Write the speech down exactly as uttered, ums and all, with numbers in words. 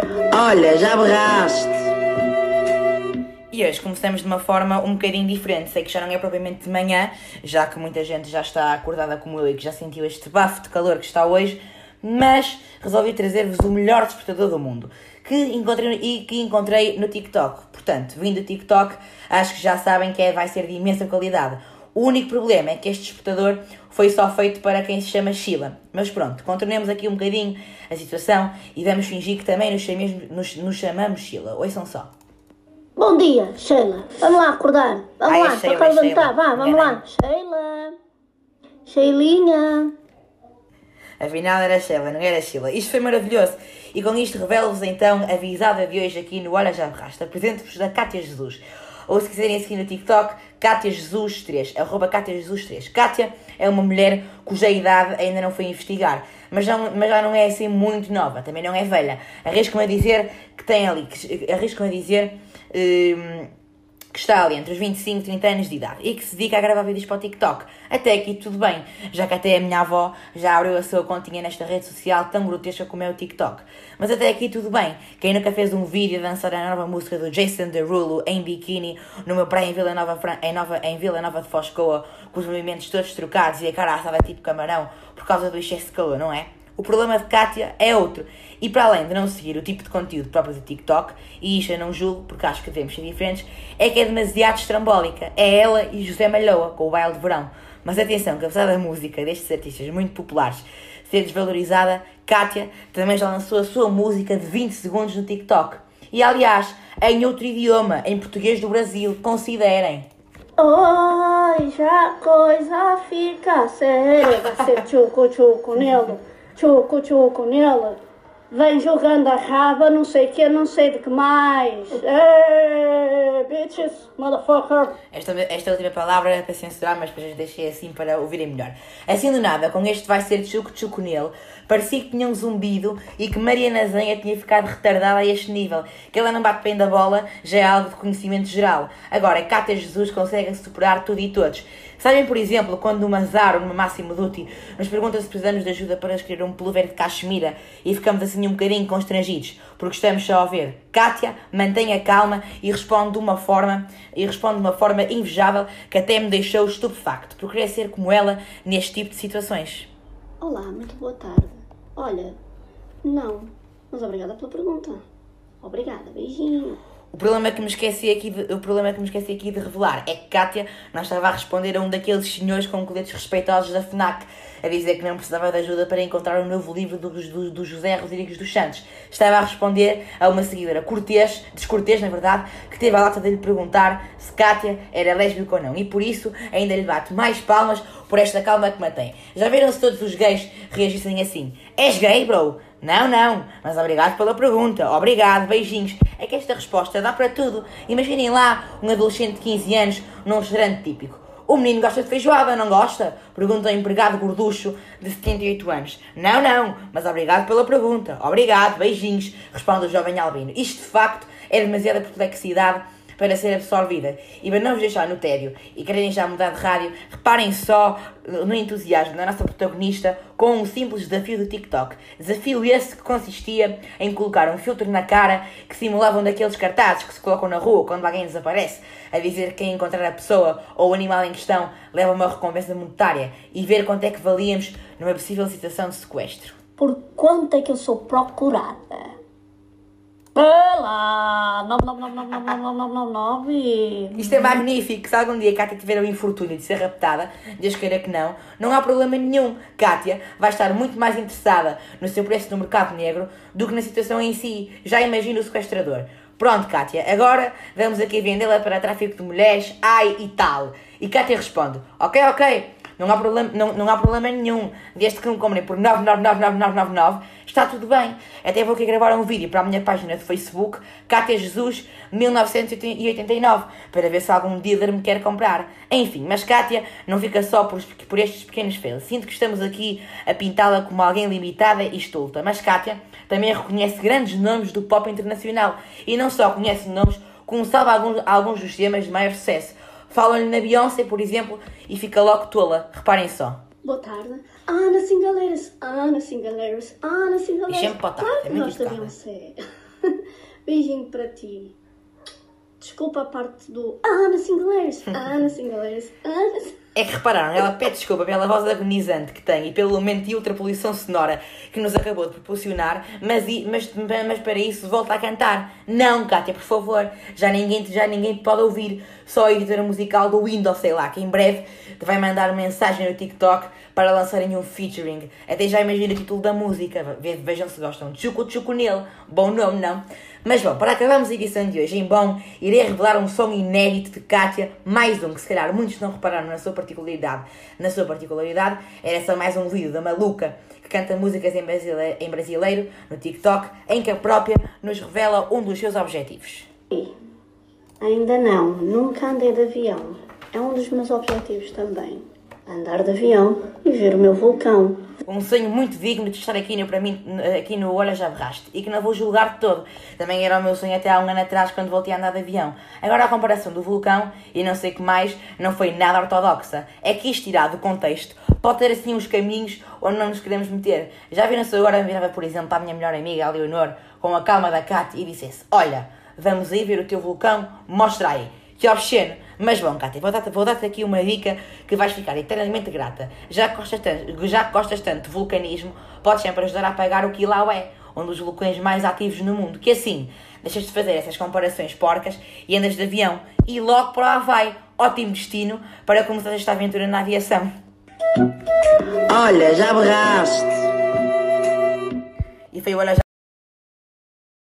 Olha, já berraste. E hoje começamos de uma forma um bocadinho diferente. Sei que já não é propriamente de manhã, já que muita gente já está acordada como eu e que já sentiu este bafo de calor que está hoje, mas resolvi trazer-vos o melhor despertador do mundo, que encontrei, e que encontrei no TikTok. Portanto, vindo do TikTok, acho que já sabem que é, vai ser de imensa qualidade. O único problema é que este despertador foi só feito para quem se chama Sheila. Mas pronto, contornemos aqui um bocadinho a situação e vamos fingir que também nos, chamemos, nos, nos chamamos Sheila. Ouçam só. Bom dia, Sheila. Vamos lá acordar. Vamos Ai, lá, Sheila, toca a levantar. Sheila. Vá, vamos Enganei. lá. Sheila. Sheilinha. Afinal era Sheila, não era Sheila. Isto foi maravilhoso. E com isto revelo-vos então a visada de hoje aqui no Olha Já Berraste. Apresento-vos da Cátia Jesus. Ou se quiserem seguir no TikTok, Cátia Jesus três, arroba Cátia Jesus três. Cátia é uma mulher cuja idade ainda não foi investigar, mas, não, mas já não é assim muito nova, também não é velha. Arrisco-me a dizer que tem ali, que, arrisco-me a dizer hum, que está ali entre os vinte e cinco e trinta anos de idade e que se dedica a gravar vídeos para o TikTok. Até aqui tudo bem, já que até a minha avó já abriu a sua continha nesta rede social tão grotesca como é o TikTok. Mas até aqui tudo bem. Quem nunca fez um vídeo a dançar a nova música do Jason Derulo em biquíni numa praia em Vila Nova, em Nova, em Vila Nova de Foscoa, com os movimentos todos trocados e a cara assada tipo camarão por causa do excesso de calor, não é? O problema de Cátia é outro. E para além de não seguir o tipo de conteúdo próprio do TikTok, e isto eu não julgo, porque acho que devemos ser diferentes, é que é demasiado estrambólica. É ela e José Malhoa, com o baile de verão. Mas atenção, que apesar da música destes artistas muito populares ser desvalorizada, Cátia também já lançou a sua música de vinte segundos no TikTok. E aliás, em outro idioma, em português do Brasil, considerem. Oi, já a coisa fica séria. Vai ser tchucu-tchucu nele. Tchucu-tchucu nele. Vem jogando a raba, não sei o que, não sei de que mais. Hey, bitches, motherfucker. Esta, esta última palavra é para censurar, mas depois deixei assim para ouvirem melhor. Assim do nada, com este vai ser tchucu-tchucu nele, parecia que tinha um zumbido e que Mariana Zenha tinha ficado retardada a este nível. Que ela não bate bem da bola já é algo de conhecimento geral. Agora, Cátia Jesus consegue superar tudo e todos. Sabem, por exemplo, quando numa Zara ou numa Massimo Dutti nos pergunta se precisamos de ajuda para escolher um pullover de cachemira e ficamos assim um bocadinho constrangidos, porque estamos só a ver. Cátia mantém a calma e responde de uma forma, e responde de uma forma invejável que até me deixou estupefacto, por querer ser como ela neste tipo de situações. Olá, muito boa tarde. Olha, não, mas obrigada pela pergunta. Obrigada, beijinho. O problema, que me esqueci aqui de, o problema que me esqueci aqui de revelar é que Cátia não estava a responder a um daqueles senhores com coletes respeitosos da FNAC, a dizer que não precisava de ajuda para encontrar um novo livro do, do, do José Rodrigues dos Santos. Estava a responder a uma seguidora cortês, descortês na verdade, que teve a lata de lhe perguntar se Cátia era lésbica ou não. E por isso ainda lhe bato mais palmas por esta calma que mantém. Já viram se todos os gays reagissem assim? És gay, bro? Não, não, mas obrigado pela pergunta, obrigado, beijinhos. É que esta resposta dá para tudo. Imaginem lá um adolescente de quinze anos num restaurante típico. O menino gosta de feijoada, não gosta? Pergunta ao empregado gorducho de setenta e oito anos. Não, não, mas obrigado pela pergunta, obrigado, beijinhos, responde o jovem albino. Isto de facto é demasiada perplexidade para ser absorvida. E para não vos deixar no tédio e quererem já mudar de rádio, reparem só no entusiasmo da nossa protagonista com um simples desafio do TikTok. Desafio esse que consistia em colocar um filtro na cara que simulava um daqueles cartazes que se colocam na rua quando alguém desaparece, a dizer que quem encontrar a pessoa ou o animal em questão leva uma recompensa monetária e ver quanto é que valíamos numa possível situação de sequestro. Por quanto é que eu sou procurada? Pela nove nove nove nove nove nove nove nove nove. Isto é magnífico. Se algum dia a Cátia tiver o infortúnio de ser raptada, Deus queira que não, não há problema nenhum. Cátia vai estar muito mais interessada no seu preço no mercado negro do que na situação em si. Já imagino o sequestrador. Pronto, Cátia, agora vamos aqui vendê-la para tráfico de mulheres, ai e tal. E Cátia responde, ok, ok, não há problema, não, não há problema nenhum, desde que me comprem por nove nove nove nove nove nove nove, está tudo bem. Até vou aqui gravar um vídeo para a minha página de Facebook, Cátia Jesus mil novecentos e oitenta e nove, para ver se algum dealer me quer comprar. Enfim, mas Cátia não fica só por, por estes pequenos fails. Sinto que estamos aqui a pintá-la como alguém limitada e estulta, mas Cátia também reconhece grandes nomes do pop internacional e não só conhece nomes, como sabe alguns, alguns dos temas de maior sucesso. Falam-lhe na Beyoncé, por exemplo, e fica logo tola. Reparem só. Boa tarde. Ana Singaleiros, Ana Singaleiros, Ana Singaleiros. E sempre boa tarde, Claro é que muito gosto da educada. Beyoncé. Beijinho para ti. Desculpa a parte do ah, Ana Singalês, ah, Ana Singalês, ah, Ana Singalês. É que repararam, ela pede desculpa pela voz agonizante que tem e pelo aumento de ultrapoluição sonora que nos acabou de proporcionar, mas, mas, mas para isso volta a cantar. Não, Kátia, por favor, já ninguém, já ninguém pode ouvir, só a editora musical do Windows, sei lá, que em breve te vai mandar mensagem no TikTok para lançarem um featuring. Até já imagino o título da música, vejam se gostam. Chuco Chuco nele, bom nome, não? Mas bom, para acabarmos a edição de hoje em bom, irei revelar um som inédito de Kátia, mais um que se calhar muitos não repararam na sua particularidade. Na sua particularidade, era só mais um vídeo da maluca que canta músicas em brasileiro, em brasileiro no TikTok, em que a própria nos revela um dos seus objetivos. Ainda não, nunca andei de avião. É um dos meus objetivos também. Andar de avião e ver o meu vulcão. Um sonho muito digno de estar aqui no, para mim, aqui no Olha Já Berraste e que não vou julgar de todo. Também era o meu sonho até há um ano atrás quando voltei a andar de avião. Agora a comparação do vulcão e não sei o que mais não foi nada ortodoxa. É que isto tirado do contexto pode ter assim uns caminhos onde não nos queremos meter. Já viram se eu agora virava, por exemplo, para a minha melhor amiga, a Leonor, com a calma da Kátia e dissesse: olha, vamos aí ver o teu vulcão, mostra aí. Que obsceno. Mas bom, Kátia, vou dar-te, vou dar-te aqui uma dica que vais ficar eternamente grata. Já que gostas tanto, já que gostas tanto de vulcanismo, podes sempre ajudar a apagar o Kilauea, um dos vulcões mais ativos no mundo. Que assim, deixas de fazer essas comparações porcas e andas de avião. E logo para lá vai. Ótimo destino para começar esta aventura na aviação. Olha, já berraste. E foi o Olha Já